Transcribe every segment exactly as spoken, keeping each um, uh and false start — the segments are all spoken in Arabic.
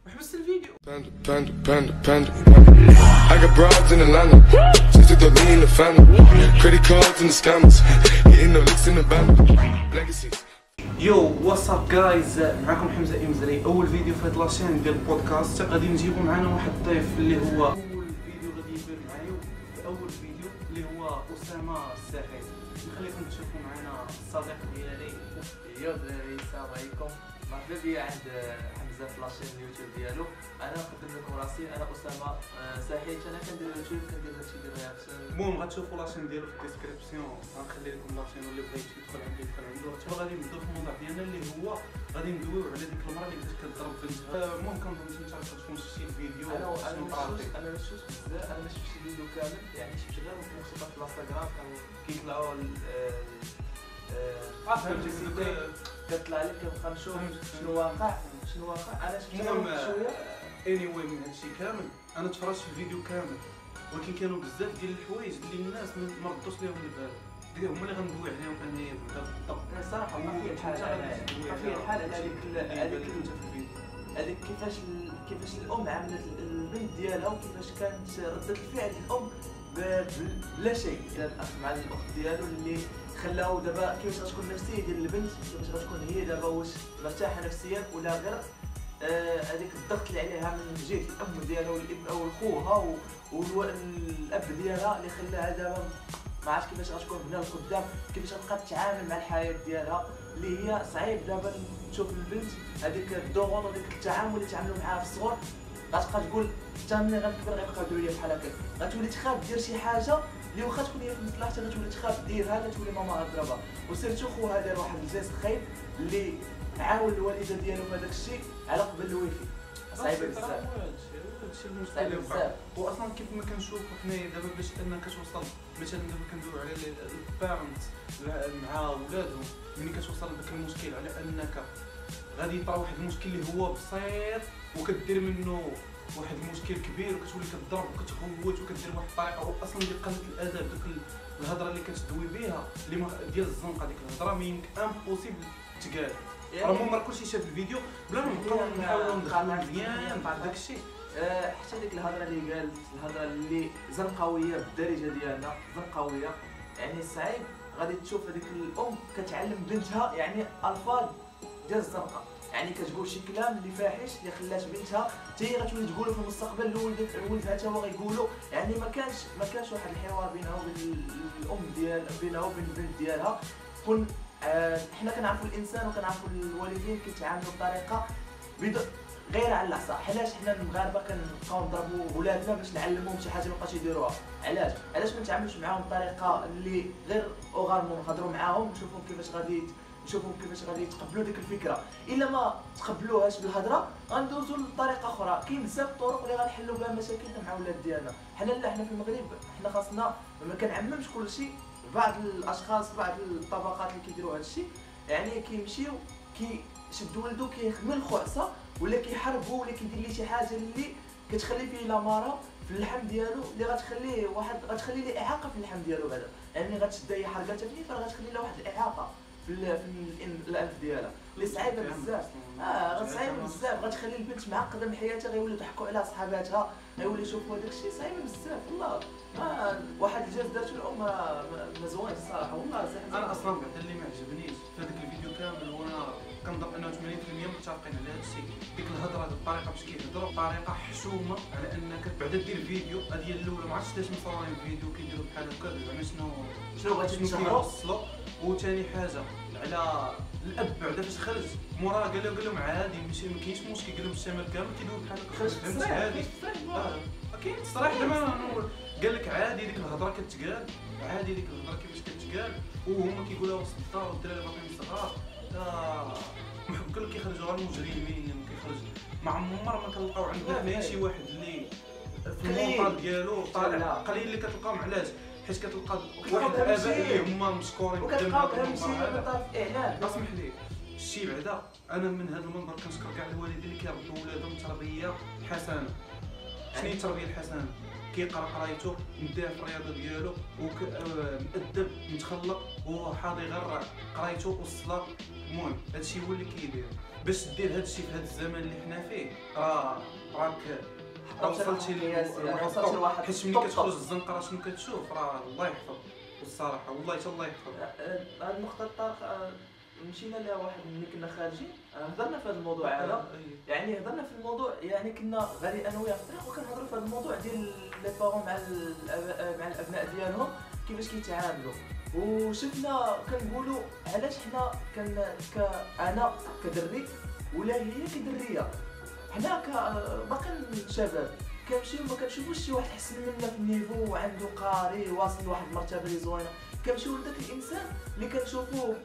وحبست الفيديو. Panda, panda, panda, panda. I got broads in Atlanta. Just to throw me in the family. Credit cards and the scammers. Getting no licks in the band. Legacies. يو واتساب جايز، معكم حمزه امزري. اول فيديو في هاد لاشين ديال البودكاست. غادي نجيبو معنا واحد الضيف اللي هو اول فيديو غادي يدير معايا في اول فيديو اللي هو اسامه الساحل. نخليكم تشوفوا معنا الصديق ديالي. يو دراري السلام عليكم، مرحبا بيا عند حمزه في لاشين اليوتيوب ديالو. انا نقدم لكم راسي، انا اسامه ساحل، انا كندير اليوتيوب، كندير هادشي ديال الرياكشن. المهم غتشوفوا لاشين ديالو في الديسكريبسيون، غنخلي لكم لاشين واللي بغى يدخل عنده يدخل عنده. دابا غادي نبداو في الموضوع ديالنا اللي هو غادي ندويو على ديك المره اللي بدات كضرب بنتها. المهم كنظن انت تكون شفتي الفيديو. انا انا مشفتش انا مشفتش بزاف، انا ما شفتش الفيديو كامل، يعني شفت غير ممكن خطات في الانستغرام كانوا كيطلعوا اه فهمتي، كتطلع لك كنبقى نشوف شنو واقع شنو واقع. انا شفت المهم شويه اني واي من هادشي كامل انا تفرجت في الفيديو كامل، ولكن كانوا بزاف ديال الحوايج اللي الناس ما ردوش ليهم البال، ديك هما اللي غندوي عليهم انايا بالضبط. انا الصراحه ما في الحال ما في الحال على هذيك هذيك هذيك كيفاش كيفاش الام عاملت البنت ديالها، وكيفاش كانت ردة الفعل الام بلا شيء مع الاخت ديالو، اللي خلاو دابا كيفاش غتكون النفسيه ديال البنت، كيفاش غتكون هي دابا، واش مرتاحه نفسيا ولا غير هذيك آه الضغط اللي عليها من جهه الام ديالها والابن او خوها والاب ديالها اللي خلاها دابا ما عرفتش كيفاش غتكون هنا لقدام، كيفاش غتبقى تتعامل مع الحياه ديالها اللي هي صعيب دابا تشوف البنت هذيك الضغوط وديك التعامل اللي تعاملوا معاها في الصغر. غتبقى تقول حتى ملي غنكبر غيبقاو يديروا ليا بحال هكا، غتولي تخاف دير شي حاجه اللي واخا تكون هي في مصلحتها غتولي تخاف ديرها، غتولي ماما غضربها. وسيرتو خوها دار واحد الجيست خايب اللي عاون الوالده ديالو في هذاك الشيء على قبل الويفي. صعيبه بزاف، هادشي المشكل اللي وقع. واصلا كيف ما كنشوفوا حنايا دابا باش انك كتوصل مثلا دابا كندويو على البارنت مع ولادهم، ملي كتوصل لذاك المشكل على انك غادي يطرا واحد المشكل اللي هو بسيط وكدير منه واحد المشكل كبير وكتولي كتضرب وكتغوت وكدير واحد الطريقه اصلا ديال قله الادب، ديك الهضره اللي كتدوي بها اللي ديال الزنقه، ديك الهضره ما يمكن امبوسيبل تقال. راه المهم راه كلشي شاف الفيديو بلا ما نبقاو نحاولوا ندخلوا مزيان بعد داك الشيء. أه حتى ديك الهضره اللي قالت، الهضره اللي زنقاويه بالدارجه ديالنا، زنقاويه يعني صعيب غادي تشوف هذيك الام كتعلم بنتها يعني الفاظ ديال الزنقه، يعني كتقول شي كلام اللي فاحش اللي خلات بنتها حتى هي غتولي تقولو في المستقبل لولدك ولدها حتى هو غيقولو. يعني ما كانش ما كانش واحد الحوار بينها وبين الام ديال بينها وبين البنت ديالها. كون آه حنا كنعرفوا الانسان وكنعرفوا الوالدين كيتعاملوا بطريقه غير على الاعصاب. علاش حنا المغاربه كنبقاو نضربوا ولادنا باش نعلموهم شي حاجه ما بقاش يديروها؟ علاش علاش ما نتعاملوش معاهم بطريقه اللي غير اوغالمون نهضروا معاهم نشوفهم كيفاش غادي نشوفهم كيفاش غادي يتقبلوا ديك الفكره. الا ما تقبلوهاش بالهضره غندوزوا لطريقه اخرى. كاين بزاف الطرق اللي غنحلوا بها مشاكلنا مع ولاد ديالنا. حنا لا، حنا في المغرب حنا خاصنا ما كنعممش كلشي. بعض الاشخاص بعض الطبقات اللي كيديروا هذا الشيء يعني كيمشيو كيشد ولدو كيخمل الخعصه ولا كيحاربوا ولا كيدير ليه شي حاجه اللي كتخلي فيه لاماره في اللحم ديالو، اللي غتخليه واحد غتخلي ليه اعاقه في اللحم ديالو بعدا. يعني غتشد هي حرقه تفنيفه غتخلي له واحد الاعاقه في في الانف ديالها اللي صعيبه بزاف. اه غتصعيب بزاف، غتخلي البنت معقده من حياتها، غيوليو يضحكوا على صحاباتها، غيوليو يشوفوا هذاك الشيء صعيب بزاف. والله ما واحد الجهاز دارتو الام ما زوينش الصراحه. والله انا اصلا بعدا اللي ما عجبنيش في هذاك الفيديو كامل، وانا كنظن انه ثمانين بالمية متفقين على هذا الشيء، ديك الهضره هذه الطريقه باش كيهضروا بطريقه حشومه على انك بعدا دير فيديو. هذه هي الاولى، ما عرفتش علاش مصورين الفيديو كيديروا بحال هكا، زعما شنو شنو بغيتو كيوصلوا. وثاني حاجه على الاب بعدا فاش خرج موراه قال له قال لهم عادي ماشي ما كاينش مشكل، قال لهم الشمال كامل كيدوي بحال هكا، فهمت؟ عادي كاين تصريح دابا قال لك عادي ديك الهضره كتقال، عادي ديك الهضره كيفاش كتقال، وهما كيقولوها وسط الدار والدراري باقيين صغار. قال لك كيخرجوا غير المجرمين، كيخرج ما عمر ما كنلقاو عندنا حنايا شي واحد اللي في المونطال ديالو طالع قليل اللي كتلقاهم. علاش؟ حيت كتلقى واحد الاباء اللي هما مشكورين وكتلقاو بهم شي طرف اعلان. اسمح لي الشيء بعدا، انا من هذا المنبر كنشكر كاع الوالدين اللي كيربوا ولادهم تربيه حسنه. شنو هي التربيه الحسنه؟ كيقرا قرايته مدير في الرياضه ديالو ومؤدب متخلق وحاضي غير قرايته والصلاه. المهم هادشي هو اللي كيدير باش دير هادشي في هاد الزمن اللي حنا فيه. راه راك وصلتي لواحد حيت ملي كتخرج الزنقه شنو كتشوف؟ راه الله يحفظ الصراحه والله حتى الله يحفظ. هاد النقطه طارق مشينا لها واحد ملي كنا خارجين هضرنا في هذا الموضوع هذا. يعني هضرنا في الموضوع يعني كنا غادي انا وياه في الطريق وكنهضروا في هذا الموضوع ديال لي بارون مع مع الابناء ديالهم كيفاش كيتعاملوا. وشفنا كنقولوا علاش حنا كان انا كدري ولا هي كدريه، حنا باقيين شباب كنمشيو ما كنشوفوش شي واحد احسن منا في النيفو وعنده قاري واصل لواحد المرتبه اللي زوينه. كنمشيو لذاك الانسان اللي كنشوفوه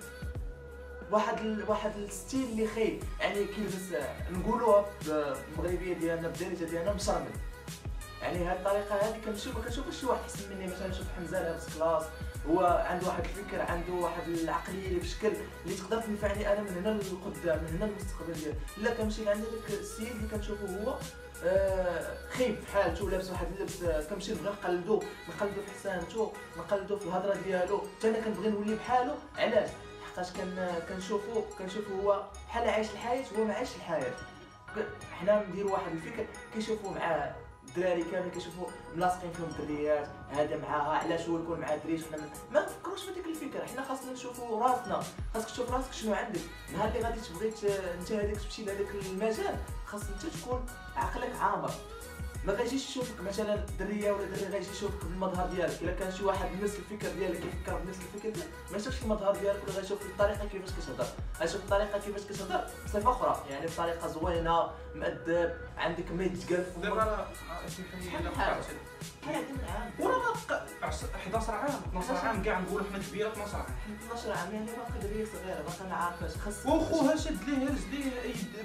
واحد ال... واحد الستيل اللي خايب، يعني كيلبس نقولوها بالمغربيه ديالنا بالدارجه ديالنا مشرمل. يعني هذه الطريقه هذه كنمشيو ما كنشوفش شي واحد احسن مني. مثلا نشوف حمزه لابس كلاس، هو عنده واحد الفكر، عنده واحد العقليه اللي بشكل اللي تقدر تنفعني انا من هنا للقدام، من هنا للمستقبل ديالي. لا كنمشي لعند داك السيد اللي كنشوفه هو آه خايب في حالته، لابس واحد اللبس آه كنمشي نبغي نقلدو نقلدو في حسانته، نقلدو في الهضره ديالو، حتى انا كنبغي نولي بحالو. علاش؟ حقاش كان كنشوفو كنشوفو هو بحال عايش الحياه هو ما عايش الحياه. حنا نديرو واحد الفكر كيشوفوا مع الدراري كامل كيشوفوا ملاصقين فيهم الدريات، هذا معاها علاش هو يكون مع الدريش. حنا ما نفكروش في ديك الفكره. حنا خاصنا نشوفوا راسنا، خاصك تشوف راسك شنو عندك. نهار اللي غادي تبغي انت هذيك تمشي لهذاك المجال خاص انت تكون عقلك عامر. ما غايجيش يشوفك مثلا دريه ولا دري غايجي يشوفك بالمظهر ديالك. الا كان شي واحد بنفس الفكر ديالك كيفكر بنفس الفكر ديالك ما يشوفش المظهر ديالك ولا غايشوف الطريقه كيفاش كتهضر، غايشوف الطريقه كيفاش كتهضر بصفه اخرى، يعني بطريقه زوينه مؤدب عندك ما يتقال في دابا اسمح لي الا قطعت بحال هادي من عام وراه حداش عام اثناش عام كاع نقولوا حنا كبيره اثناش عام اثناش عام يعني باقي دريه صغيره باقي ما عارفاش خاص وخوها شد ليه هز ليه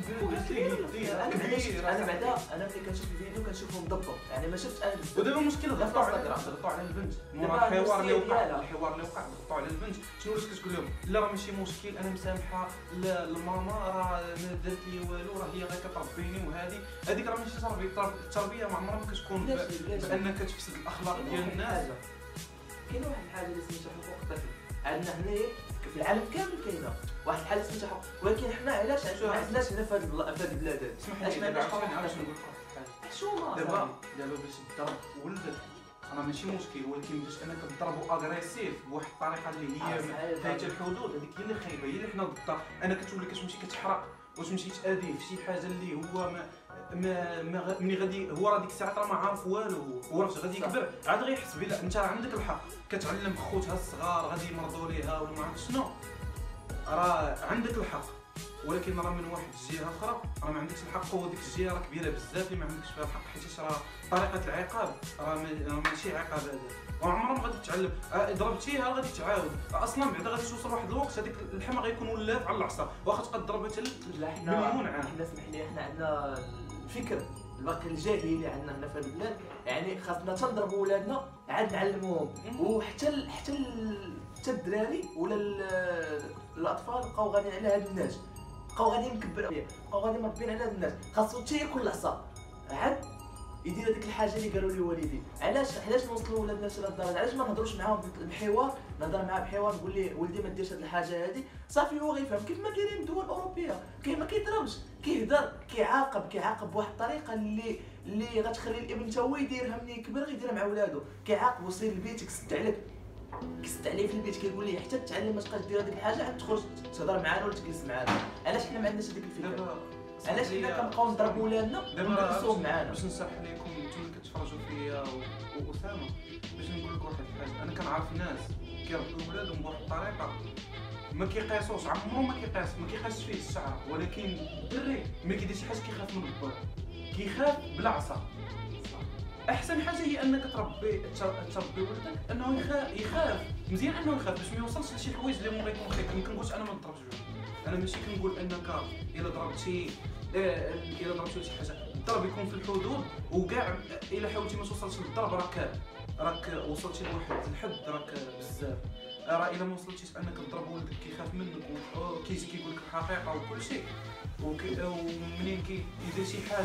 اي انا كبير. انا بعدا انا ملي كنشوف الفيديو كنشوفه مضبط، يعني ما شفتش انا بزاف. ودابا المشكل ضغطوا على ضغطوا على البنت. مورا الحوار اللي وقع الحوار اللي وقع ضغطوا على البنت. شنو واش كتقول لهم؟ لا راه ماشي مشكل انا مسامحه الماما راه ما دارت لي والو راه هي غير كتربيني وهذه هذيك راه ماشي تربيه. التربيه ما عمرها ما كتكون بانك تفسد الاخلاق ديال الناس. كاينه واحد الحاجه اللي سميتها حقوق الطفل عندنا هنايا في العالم كامل. كاينه واحد الحاله سميتها حقوق، ولكن حنا علاش ما عندناش هنا في هذه البلاد هذه؟ اسمح لي علاش علاش نقول حشومه. دابا دابا باش تضرب ولدك راه ماشي مشكل، ولكن باش انك تضربو اغريسيف بواحد الطريقه اللي هي فايته الحدود، هذيك هي اللي خايبه، هي اللي حنا ضدها. انا كتولي كتمشي كتحرق وتمشي تاذيه في شي حاجه اللي هو ما ما ما ملي غادي هو راه ديك الساعه راه ما عارف والو، هو راه غادي يكبر عاد غيحس بلا انت راه عندك الحق. كتعلم خوتها الصغار غادي يمرضوا ليها ولا ما عرفت شنو، راه عندك الحق. ولكن راه من واحد الجهه اخرى راه ما عندكش الحق، وديك الجهه راه كبيره بزاف اللي ما عندكش فيها الحق، حيت راه طريقه العقاب راه ماشي عقاب هذا، وعمرها ما غادي تتعلم. ضربتيها غادي تعاود اصلا، بعدا غادي توصل لواحد الوقت هذيك اللحم غيكون ولات على العصا واخا تقد ضربها حتى مليون عام. حنا اسمح لي حنا عندنا الفكر الباقي الجاهلي اللي عندنا هنا في هذه البلاد، يعني خاصنا تنضربوا ولادنا عاد نعلموهم. وحتى ال حتى ال حتى الدراري ولا الاطفال بقاو غاديين على هذا النهج، بقاو غاديين مكبرين، بقاو غاديين مربين على هذا النهج. خاصو حتى ياكل العصا عاد يدير هذيك الحاجه اللي قالوا لي والدي. علاش علاش نوصلوا ولادنا لهذا الدرجه؟ علاش ما نهضروش معاهم بحوار؟ نهضر معاه بحوار نقول ليه ولدي ما ديرش هذه الحاجه هذه، صافي هو غيفهم كيف ما كاينين الدول الاوروبيه. كاين ما كيضربش كيهضر كيعاقب كيعاقب بواحد الطريقه اللي اللي غتخلي الابن حتى هو يديرها ملي يكبر غيديرها مع ولادو. كيعاقبو سير البيت كيسد عليك كيسد عليه في البيت كيقول ليه حتى تعلم ما تبقاش دير هذيك الحاجه عاد تخرج تهضر معانا ولا تجلس معانا. علاش حنا ما عندناش هذيك الفكره؟ علاش حنا كنبقاو نضربوا ولادنا ونكسوهم معانا؟ باش نصح لكم نتوما اللي كتفرجوا فيا واسامه، باش نقول لك واحد الحاجه. انا كنعرف ناس كيربوا ولادهم بواحد الطريقه ما كيقاسوش، عمرو ما كيقاس ما كيقاسش فيه الشعر، ولكن الدري ملي كيدير شي حاجه كيخاف من الضرب، كيخاف بلا عصا. احسن حاجه هي انك تربي تربي ولدك انه يخاف يخاف مزيان انه يخاف باش ما يوصلش لشي حوايج اللي ممكن يكون خايف. ما كنقولش انا ما نضربش ولدي، انا ماشي كنقول انك الا ضربتي الا ضربتي شي حاجه الضرب يكون في الحدود، وكاع الا حاولتي ما توصلش للضرب راك راك وصلتي لواحد الحد راك بزاف. راه الا ما وصلتيش انك تضرب ولدك كيخاف منك وكيجي كيقول لك الحقيقه وكل شيء، ومنين كيدير شي حاجه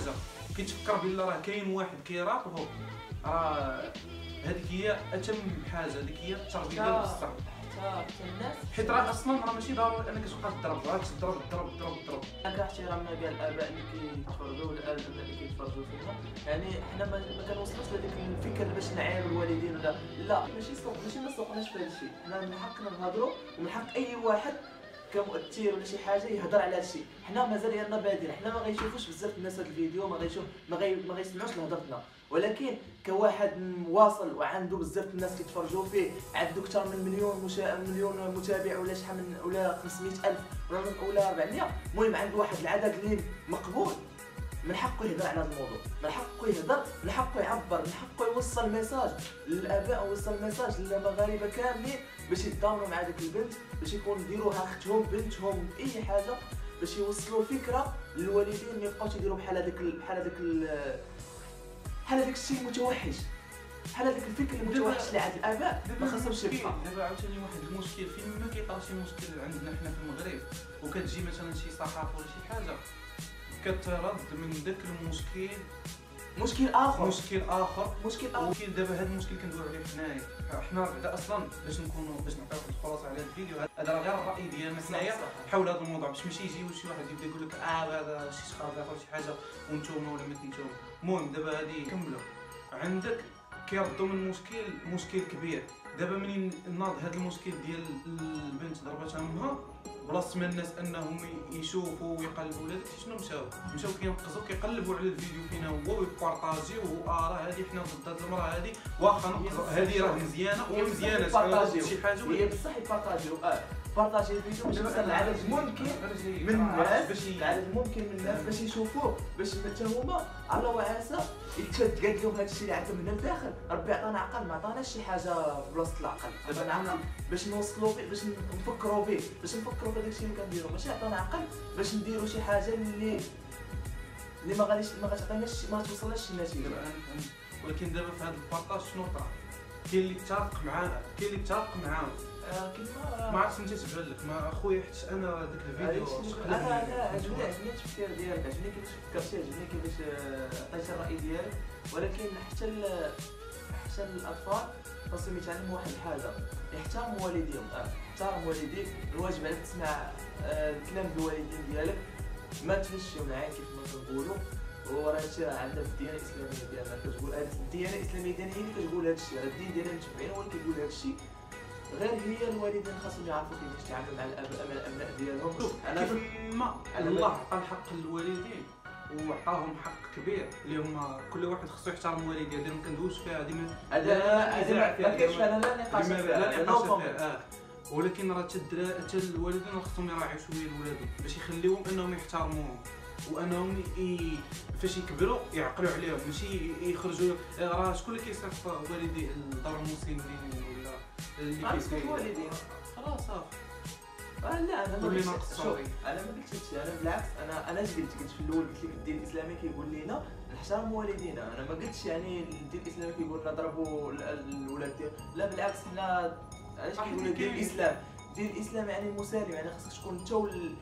كيتفكر بلي راه كاين واحد كيراقبو، راه هذيك هي اتم حاجه، هذيك هي التربيه ديال الصغر. حتى الناس حيت راه اصلا راه ماشي ضروري انك تبقى تضرب، راه تضرب تضرب تضرب تضرب. كاع احترامنا كاع الاباء اللي كيتفرجوا والابناء اللي كيتفرجوا فينا، يعني حنا ما ما كنوصلوش لهذيك الفكر باش نعايروا الوالدين ولا لا، ماشي سوق ماشي ما سوقناش في هذا الشيء. حنا من حقنا نهضروا ومن حق اي واحد كمؤثر ولا شي حاجه يهضر على هذا الشيء. حنا مازال يالنا بادين، حنا ما غيشوفوش بزاف الناس هذا الفيديو، ما غيشوف ما, غي... ما غيسمعوش لهضرتنا، ولكن كواحد واصل وعنده بزاف الناس كيتفرجوا فيه، عنده اكثر من مليون مشا... مليون متابع ولا شحال من ولا خمسمية ألف ولا ولا أربعمية، المهم عنده واحد العدد اللي مقبول، من حقه يهضر على هذا الموضوع، من حقه يهضر، من حقه يعبر، من حقه يوصل ميساج للاباء ويوصل ميساج للمغاربه كاملين باش يتضامنوا مع ديك البنت، باش يكون يديروها اختهم بنتهم اي حاجه، باش يوصلوا الفكره للوالدين ما يبقاوش يديروا بحال هذاك بحال هذاك بحال هذاك الشيء المتوحش، بحال هذاك الفكر المتوحش اللي عند الاباء ما خاصهمش يبقى. دابا عاوتاني واحد المشكل فين ما كيطرا شي مشكل عندنا حنا في المغرب وكتجي مثلا شي صحافه ولا شي حاجه كترد من داك المشكل مشكل اخر مشكل اخر مشكل اخر مشكل دابا هذا المشكل كندويو عليه حنايا حنا بعدا اصلا باش نكونوا باش نعطيو واحد الخلاصه على هذا الفيديو. هذا راه غير الراي ديالنا حنايا حول هذا الموضوع، باش ماشي يجيو شي واحد يبدا يقول لك اه هذا شي خرافه ولا شي حاجه وانتوما ولا ما نتوما. المهم دابا هذه كملوا عندك كيردوا من مشكل مشكل كبير. دابا منين ناض هذا المشكل ديال البنت ضربتها امها، بلاصه ما الناس انهم يشوفوا ويقلبوا ولا داكشي شنو مشاو مشاو كينقصوا كيقلبوا على الفيديو فينا هو ويبارطاجيو اه راه هذه حنا ضد هذه المراه هذه واخا نقصوا هذه راه مزيانه ومزيانه شي حاجه هي بصح يبارطاجيو اه بارطاجي الفيديو باش يوصل العدد ممكن من الناس باش العدد ممكن من الناس باش يشوفوه، باش حتى هما على وعسى يتشد قال لهم هذا الشيء اللي عندهم من الداخل. ربي عطانا عقل، ما عطاناش شي حاجه في بلاصه العقل، عطانا عقل باش نوصلوا به، باش نفكروا به، باش نفكروا في داك الشيء اللي كنديروا، ماشي عطانا عقل باش نديروا شي حاجه اللي اللي ما غاديش ما غاتعطيناش ما توصلناش شي نتيجه. ولكن دابا في هذا البارطاج شنو طرا؟ كاين اللي اتفق معانا، كاين اللي اتفق معاهم. كيما ما عرفتش انت تبان لك ما اخويا حيت انا داك الفيديو انا انا عجبني عجبني التفكير ديالك، عجبني كيفاش فكرتي، عجبني كيفاش عطيتي الراي ديالك، ولكن حتى حتى الاطفال خاصهم يتعلموا واحد الحاجه، يحترموا والديهم. احترم والديك، الواجب عليك تسمع الكلام ديال الوالدين ديالك، ما تفشوا معاه كيف ما كنقولوا. وراه هادشي راه عندنا في الديانه الاسلاميه ديالنا كتقول، هاد الديانه الاسلاميه ديالنا هي اللي كتقول هادشي، راه الدين ديالنا متبعين هو اللي كيقول هادشي. غير هي الوالدين خاصهم يعرفوا كيفاش يتعاملوا مع الاباء مع الابناء ديالهم. انا كيما الله عطى الحق للوالدين وعطاهم حق كبير اللي هما كل واحد خصو يحترم والديه. هذه ما كندويش فيها، هذه هذا ما كاينش فيها لا نقاش فيها، ولكن راه حتى الوالدين خصهم يراعيو شويه لولادهم باش يخليوهم انهم يحترموهم وانهم ي... فاش يكبروا يعقلوا عليهم، ماشي يخرجوا راه شكون اللي كيصيفط والدي لدار المسنين ولا اللي كيصيفط والدين خلاص صافي. آه لا انا ما قلتش انا ما قلتش هادشي، انا بالعكس انا انا اش قلت قلت في الاول، قلت لك الدين الاسلامي كيقول لنا نحترموا والدينا. انا ما قلتش يعني الدين الاسلامي كيقول لنا ضربوا الولاد ديالنا، لا بالعكس. حنا علاش كيقول لك دين الاسلام؟ دين الاسلام يعني المسالم، يعني خاصك تكون انت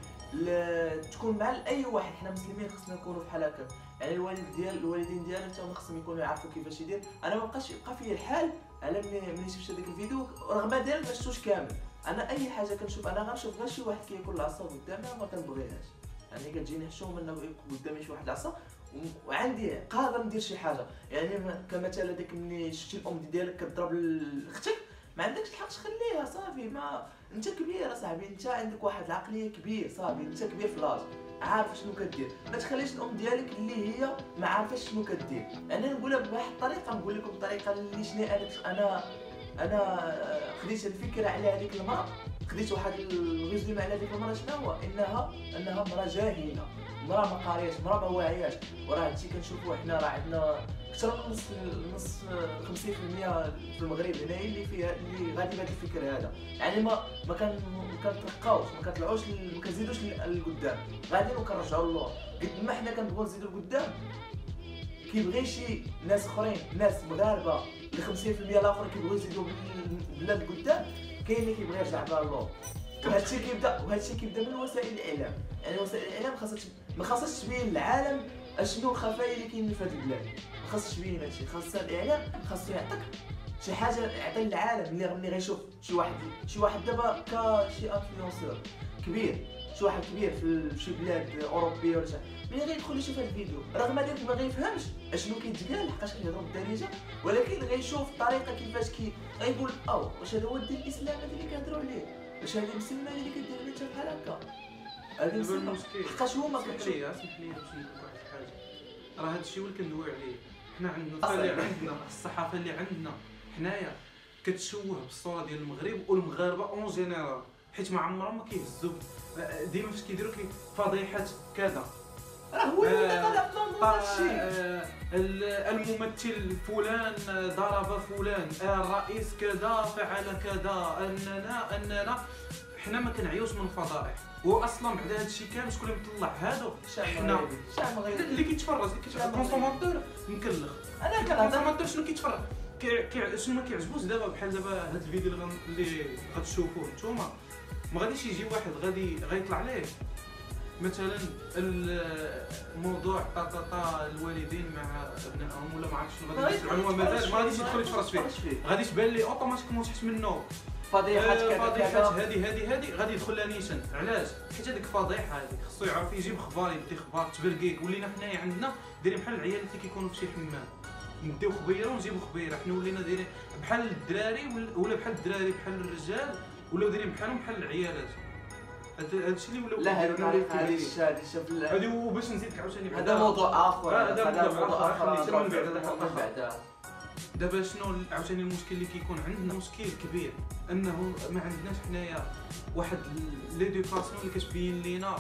تكون مع اي واحد. حنا مسلمين خصنا نكونوا بحال هكا، يعني الوالد ديال الوالدين ديالنا حتى هما خصهم يكونوا يعرفوا كيفاش يدير. انا ما بقاش يبقى فيا الحال على ملي ملي شفت هذاك الفيديو، رغم ذلك ما شفتوش كامل. انا اي حاجه كنشوف انا غنشوف غير شي واحد كياكل العصا قدامي ما كنبغيهاش، يعني كتجيني حشومه انه يكون قدامي شي واحد العصا وعندي قادر ندير شي حاجه. يعني كمثال هذاك ملي شفتي الام ديالك كضرب اختك، ما عندكش الحق تخليها صافي. ما انت كبير اصاحبي، انت عندك واحد العقليه كبير صافي، انت كبير في لاج عارف شنو كدير. ما تخليش الام ديالك اللي هي ما عارفاش شنو كدير. انا نقولها بواحد الطريقه، نقول لكم الطريقه اللي شنو انا انا انا خديت الفكره على هذيك المراه، خديت واحد الريزومي على هذيك المراه شنو هو انها انها مراه جاهله، مراه ما قارياش، مراه ما واعياش. وراه هادشي كنشوفوه حنا، راه عندنا اكثر من نص نص خمسين بالمئة في المغرب هنايا اللي فيها اللي غادي بهذا الفكر هذا. يعني ما ما كان ما كنترقاوش، ما كنطلعوش ما كنزيدوش للقدام، غاديين وكنرجعوا للور. قد ما حنا كنبغيو نزيدوا لقدام كيبغي شي ناس اخرين، ناس مغاربه ل خمسين بالمئة الاخرين كيبغيو يزيدوا البلاد قدام، كاين اللي كيبغي يرجع بها للور. وهادشي كيبدا وهادشي كيبدا من وسائل الاعلام. يعني وسائل الاعلام خاصها ما خاصهاش تبين للعالم اشنو الخفايا اللي كاينين في هذه البلاد. ما خاصش يبين هادشي، خاص الاعلام خاصو يعطيك شي حاجه يعطي للعالم اللي ملي غيشوف شي واحد شي واحد دابا كشي انفلونسور كبير، شي واحد كبير في شي بلاد اوروبيه ولا شي، ملي غيدخل يشوف هذا الفيديو رغم ذلك ما غيفهمش اشنو كيتقال لحقاش كيهضروا بالدارجه، ولكن غيشوف الطريقه كيفاش كي غيقول او واش هذا هو الدين الاسلامي اللي كيهضروا عليه، واش هذه مسلمه اللي كدير لنا بحال هكا. هذه مسلمه حقاش هما اسمح لي اسمح لي باش نقول واحد الحاجه، راه هذا الشيء هو اللي كندوي عليه. حنا عندنا اللي عندنا الصحافه اللي عندنا حنايا كتشوه بالصوره ديال المغرب والمغاربه اون جينيرال، حيت ما عمرهم ما كيهزوا ديما فاش كيديروا كي فضيحه كذا، راه هو اللي قال هذا الشيء. الممثل فلان ضرب فلان، الرئيس كذا فعل كذا، اننا اننا حنا ما كنعيوش من الفضائح. واصلا بعد هذا الشيء كامل شكون اللي مطلع هادو؟ حنا اللي كيتفرج اللي كيتفرج الكونسوماتور مكلخ. انا كنهضر الكونسوماتور شنو كيتفرج كي شنو ما كيعجبوش. دابا بحال دابا هذا الفيديو اللي, اللي غتشوفوه نتوما ما غاديش يجي واحد غادي غيطلع ليه مثلا الموضوع طا طا طا الوالدين مع ابنائهم ولا ما عرفتش شنو غادي يسمعوا مازال ما غاديش يدخل يتفرج فيه، غادي تبان ليه اوتوماتيكمون تحت منه فضيحات كذا فضيحات هذه هذه هذه غادي يدخل لها نيشان. علاش؟ حيت هذيك فضيحه هذيك خصو يعرف يجيب خبار، يدي خبار تبرقيك. ولينا حنايا عندنا دايرين بحال العيال اللي كيكونوا في شي حمام، نديو خبيره ونجيبوا خبيره. حنا ولينا دايرين بحال الدراري ولا بحال الدراري بحال الرجال ولاو دايرين بحالهم بحال العيالات. هذا الشيء اللي ولاو لا هذه الطريقه هذه الشيء هذه هذه. وباش نزيدك عاوتاني هذا موضوع اخر، هذا موضوع اخر بعدا. دابا شنو عاوتاني المشكل اللي كيكون عندنا؟ مشكل كبير انه ما عندناش حنايا واحد ليدوكاسيون اللي كتبين لينا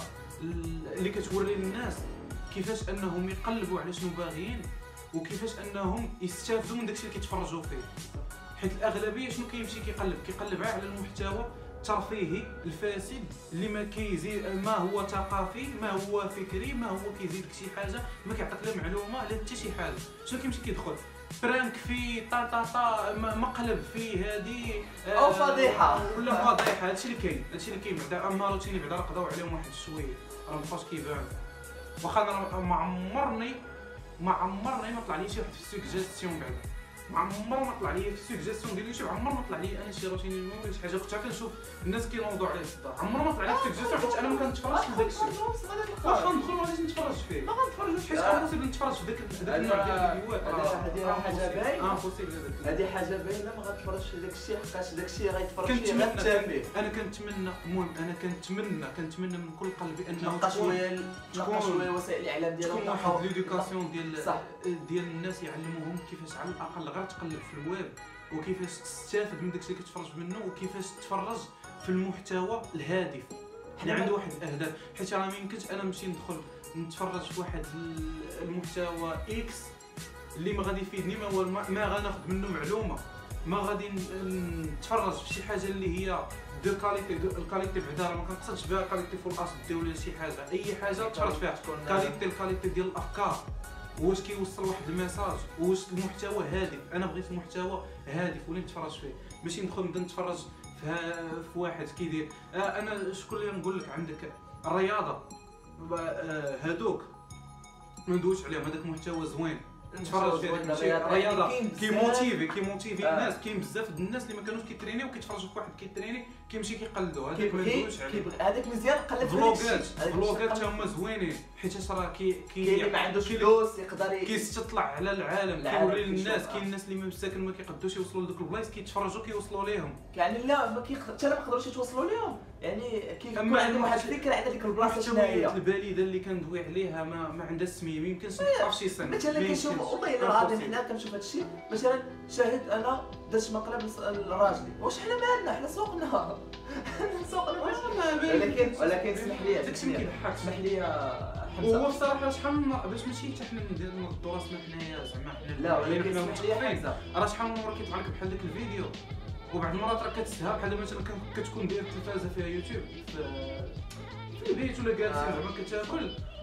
اللي كتوري للناس كيفاش انهم يقلبوا على شنو باغيين وكيفاش انهم يستافدوا من داكشي اللي كيتفرجوا فيه. حيت الاغلبيه شنو كيمشي كيقلب كيقلب على المحتوى الترفيهي الفاسد اللي ما كيزيد ما هو ثقافي ما هو فكري ما هو كيزيدك شي حاجه ما كيعطيك لا معلومه لا حتى شي حاجه. شنو كيمشي كيدخل برانك في طا طا طا مقلب في هذه او فضيحه ولا فضيحه. هادشي اللي كاين هادشي اللي كاين بعدا اماروتيني بعدا قضاو عليهم واحد شويه راه مابقاش كيبان. واخا انا ما عمرني ما عمرني ما طلع لي شي واحد في السوجيستيون بعدا ما عمر ما طلع لي في السوجيستيون ديال يوتيوب عمر ما طلع لي انا شي روتيني ولا شي حاجه كنت كنشوف الناس كينوضوا عليه في الدار. عمر ما طلع لي في السوجيستيون حيت انا ما كنتفرجش في داك الشيء. واخا ندخل ما غاديش نتفرج فيه ما غنتفرجش حيت امبوسيبل نتفرج في داك داك النوع ديال الفيديوهات. هذه حاجه باينه امبوسيبل هذه حاجه باينه ما غتفرجش في داك الشيء حقاش داك الشيء غيتفرج فيه غير التافه. انا كنتمنى المهم انا كنتمنى كنتمنى من كل قلبي انه نلقى شويه نلقى شويه وسائل الاعلام ديالهم تكون واحد ليدوكاسيون ديال ديال الناس يعلموهم كيفاش على الاقل غير تقلب في الويب وكيفاش تستافد من داكشي اللي كتفرج منه وكيفاش تفرج في المحتوى الهادف. حنا عنده واحد الاهداف حيت راه ما يمكنش انا نمشي ندخل نتفرج في واحد المحتوى اكس اللي ما غادي يفيدني ما هو ما غناخذ منه معلومه ما غادي نتفرج في شي حاجه اللي هي دو كاليتي. الكاليتي بعدا ما كنقصدش بها كاليتي فول اس دي ولا شي حاجه اي حاجه تفرج فيها كاليتي الكاليتي ديال الافكار واش كيوصل واحد الميساج واش المحتوى هادف. انا بغيت المحتوى هادف واللي نتفرج فيه ماشي ندخل نبدا نتفرج في, في واحد كيدير آه انا شكون اللي نقول لك عندك الرياضه آه هادوك ما ندويش عليهم هذاك محتوى زوين نتفرج فيه. الرياضه كيموتيفي كيموتيفي الناس. كاين بزاف د الناس اللي ما كانوش كيترينيو وكيتفرجوا في واحد كيتريني كيمشي كيقلدوا هذاك ما ندويش عليه. هذاك مزيان قلد فلوغات فلوغات هما زوينين حيت راه كي كاين اللي ما عندوش فلوس يقدر كيستطلع على العالم كيوري للناس. كاين الناس اللي ما مساكن ما كيقدوش يوصلوا لذوك البلايص كيتفرجوا كيوصلوا ليهم يعني لا ما كيقدر حتى ما يقدروش يتوصلوا ليهم يعني كيف يكون عندهم واحد الفكره على ديك البلاصه شنو هي. البليده اللي كندوي عليها ما ما عندها سميه ما يمكنش نحطها في شي سن. مثلا كنشوف والله الا غادي حنا كنشوف هذا الشيء مثلا شاهد انا درت مقلب لراجلي واش حنا مالنا حنا سوقنا سوقنا ولكن ولكن اسمح لي داكشي اللي كيضحك. اسمح لي هو بصراحه شحال من مرة باش ماشي حتى حنا نديروا راسنا حنايا زعما حنا لا ولكن اسمح لي حمزه راه شحال من مره كيطلع لك بحال داك الفيديو وبعض المرات راه كتسهى بحال مثلا كتكون داير التلفازه فيها يوتيوب في البيت ولا جالسين زعما كتاكل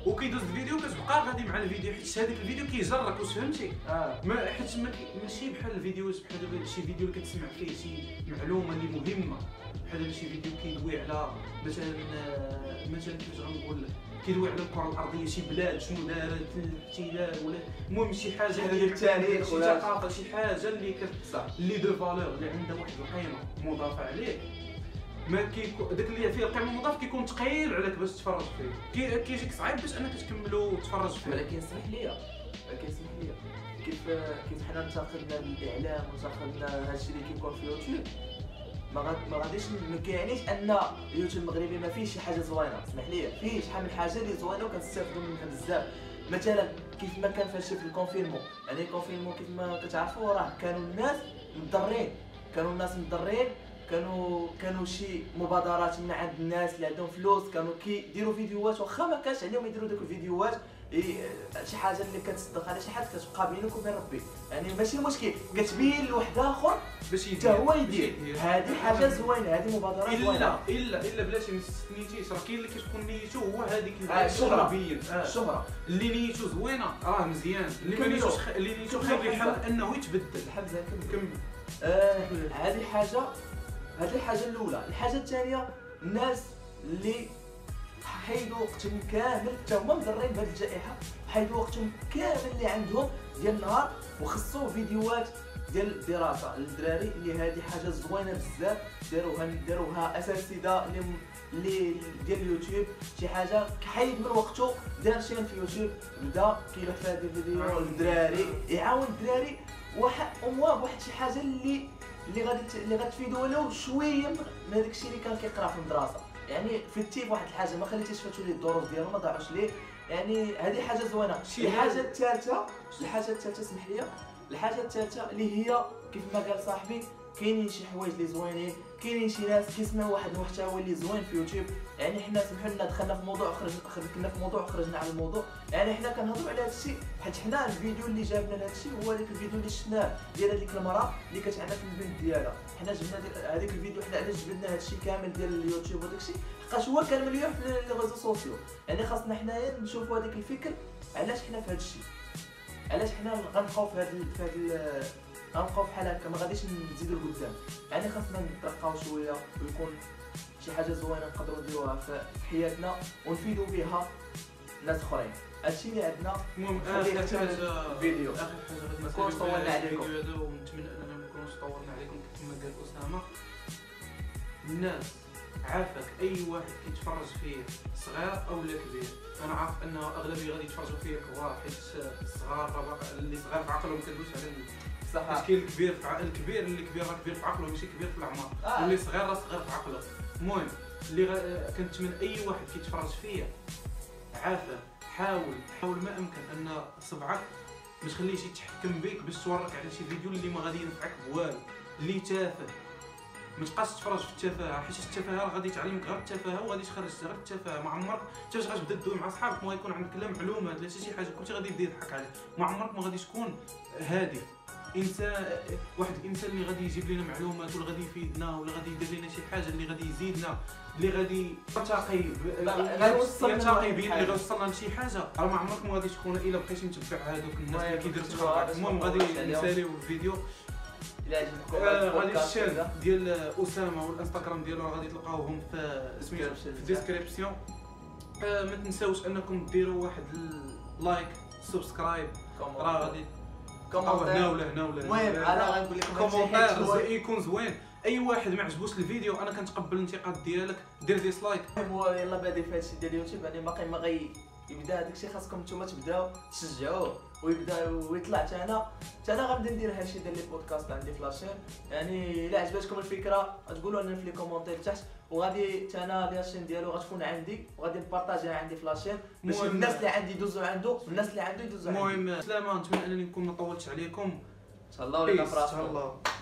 وكيدوز الفيديو كتبقى غادي مع الفيديو حيت هذاك الفيديو كيجرك واش فهمتي. اه ما حيت ما ماشي بحال الفيديوز بحال دابا شي فيديو اللي كتسمع فيه شي معلومه اللي مهمه بحال دابا شي فيديو كيدوي على مثلا مثلا كيفاش غنقول لك كيدوي على الكره الارضيه شي بلاد شنو دارت الاحتلال ولا المهم شي حاجه شي اللي التاريخ شي ولا ثقافه شي حاجه اللي كت صح اللي دو فالور اللي عندها واحد القيمه مضافه عليه ما كيكون داك اللي فيه القيمه المضافه كيكون ثقيل عليك باش تفرج فيه كي كيجيك صعيب باش انك تكملو وتفرج فيه. ولكن اسمح لي ولكن اسمح لي كيف كيف حنا انتقدنا الاعلام وانتقدنا هادشي اللي كيكون في يوتيوب ما غاد ما غاديش ما كيعنيش ان يوتيوب المغربي ما فيهش شي حاجه زوينه. اسمح لي فيه شحال من حاجه اللي زوينه وكنستافدوا منها بزاف. مثلا كيف ما كان فاش في الكونفينمون يعني الكونفينمون كيف ما كتعرفوا راه كانوا الناس مضرين كانوا الناس مضرين كانوا كانوا شي مبادرات من عند الناس اللي عندهم فلوس كانوا كيديروا فيديوهات واخا ما كانش عليهم يديروا دوك الفيديوهات شي حاجه اللي كتصدق على شي حد كتبقى بينك وبين ربي يعني ماشي مشكل كتبين لواحد اخر باش حتى هو يدير. هذه حاجه زوينه هذه مبادره الا زوينه الا الا بلاتي ما استثنيتيش راه كاين اللي كتكون نيته هو هذيك آه، الشهرة. بين آه. الشهره اللي نيته زوينه راه مزيان اللي ما كملوا. نيتوش خ... اللي نيته خير يحاول انه يتبدل. الحمزه كمل كمل. آه، هذه حاجه هذه الحاجه الاولى. الحاجه الثانيه الناس اللي حيدوا وقتهم كامل حتى هما مضرين بهذه الجائحه حيدوا وقتهم كامل اللي عندهم ديال النهار وخصوا فيديوهات ديال الدراسه للدراري اللي هذه حاجه زوينه بزاف داروها داروها اساتذه اللي اللي ديال اليوتيوب شي حاجه حيد من وقته دار شين في يوتيوب بدا كيلوح في هذه الفيديو للدراري يعاون الدراري واحد اموا بواحد شي حاجه اللي اللي غادي اللي غتفيدو ولو شويه من هذاك الشيء اللي كان كيقرا في المدرسه يعني فدتيه بواحد الحاجه ما خليتيش فاتو ليه الدروس ديالو ما ضاعوش ليه يعني هذه حاجه زوينه. الحاجه الثالثه الحاجه الثالثه اسمح لي الحاجه الثالثه اللي هي كيف ما قال صاحبي كاينين شي حوايج اللي زوينين كاينين شي ناس كيسمعوا واحد المحتوى اللي زوين في يوتيوب يعني حنا سمحوا لنا دخلنا في موضوع وخرجنا كنا في موضوع وخرجنا على الموضوع يعني حنا كنهضروا على هذا الشيء حيت حنا الفيديو اللي جابنا لهذا الشيء هو هذاك الفيديو اللي شفناه ديال هذيك المراه اللي كتعنف في البنت ديالها. حنا جبنا هذيك الفيديو حنا علاش جبنا هذا الشيء كامل ديال اليوتيوب وداك الشيء حقاش هو كان مليون في لي ريزو سوسيو يعني خاصنا حنايا نشوفوا هذاك الفكر علاش حنا في هذا الشيء علاش حنا غنبقاو في هذا في هذا غنبقاو بحال هكا ما غاديش نزيدو لقدام يعني خاصنا نترقاو شويه ويكون شي حاجه زوينه نقدروا نديروها في حياتنا ونفيدوا بها ناس اخرين. هادشي اللي عندنا. المهم خلينا اخر حاجه الفيديو اخر حاجه غادي ما نكونوش طولنا عليكم الفيديو هذا ونتمنى اننا ما نكونوش طولنا عليكم كما قال اسامه. الناس عافاك اي واحد كيتفرج فيه صغير او لا كبير انا عارف ان اغلبيه غادي يتفرجوا فيه كبار حيت الصغار اللي صغار في عقلهم كندويش على صح حيت كاين الكبير في عقل الكبير اللي كبير راه كبير في عقله ماشي كبير في الاعمار آه. واللي صغير راه صغير في عقله. المهم اللي غ... كنتمنى اي واحد كيتفرج فيا عافاك حاول حاول ما امكن ان صبعك ما تخليش يتحكم بك باش تورك على شي فيديو اللي ما غادي ينفعك بوالو اللي تافه. ما تبقاش تتفرج في التفاهه حيت التفاهه راه غادي تعلمك غير التفاهه وغادي تخرج غير التفاهه. ما عمرك حتى فاش غتبدا تدوي مع صحابك ما غيكون عندك لا معلومات لا شي حاجه كلشي غادي يبدا يضحك عليك. ما عمرك ما غادي تكون هادف انسان واحد الانسان اللي غادي يجيب لنا معلومات ولا غادي يفيدنا ولا غادي يدير لنا شي حاجه اللي غادي يزيدنا اللي غادي يرتقي يرتقي بينا اللي غيوصلنا لشي حاجه. راه ما عمرك ما غادي تكون الا بقيتي متبع هذوك الناس اللي كيديروا تخربيق. المهم غادي نساليو الفيديو الى عجبكم غادي الشان ديال اسامه والانستغرام ديالو راه غادي تلقاوهم في سميتو في الديسكريبسيون. ما تنساوش انكم ديروا واحد اللايك سبسكرايب راه غادي كومونتير هنا ولا هنا ولا المهم انا غنقول لكم كومونتير يكون زوين. اي واحد ما عجبوش الفيديو انا كنتقبل الانتقاد ديالك دير ديسلايك. هو يلاه بادي في هادشي ديال اليوتيوب يعني باقي ما غي يبدا داكشي خاصكم نتوما تبداو تشجعوه ويبدا ويطلع حتى انا حتى انا غنبدا ندير هادشي ديال لي بودكاست عندي في لاشين يعني الا عجبتكم الفكره غتقولوا لنا في لي كومونتير تحت وغادي حتى انا لاشين ديالو غتكون عندي وغادي نبارطاجيها عندي في لاشين باش الناس اللي عندي يدوزوا عنده والناس اللي عنده يدوزوا عنده. المهم سلامه نتمنى انني نكون ما طولتش عليكم ان شاء الله ولا ان شاء الله.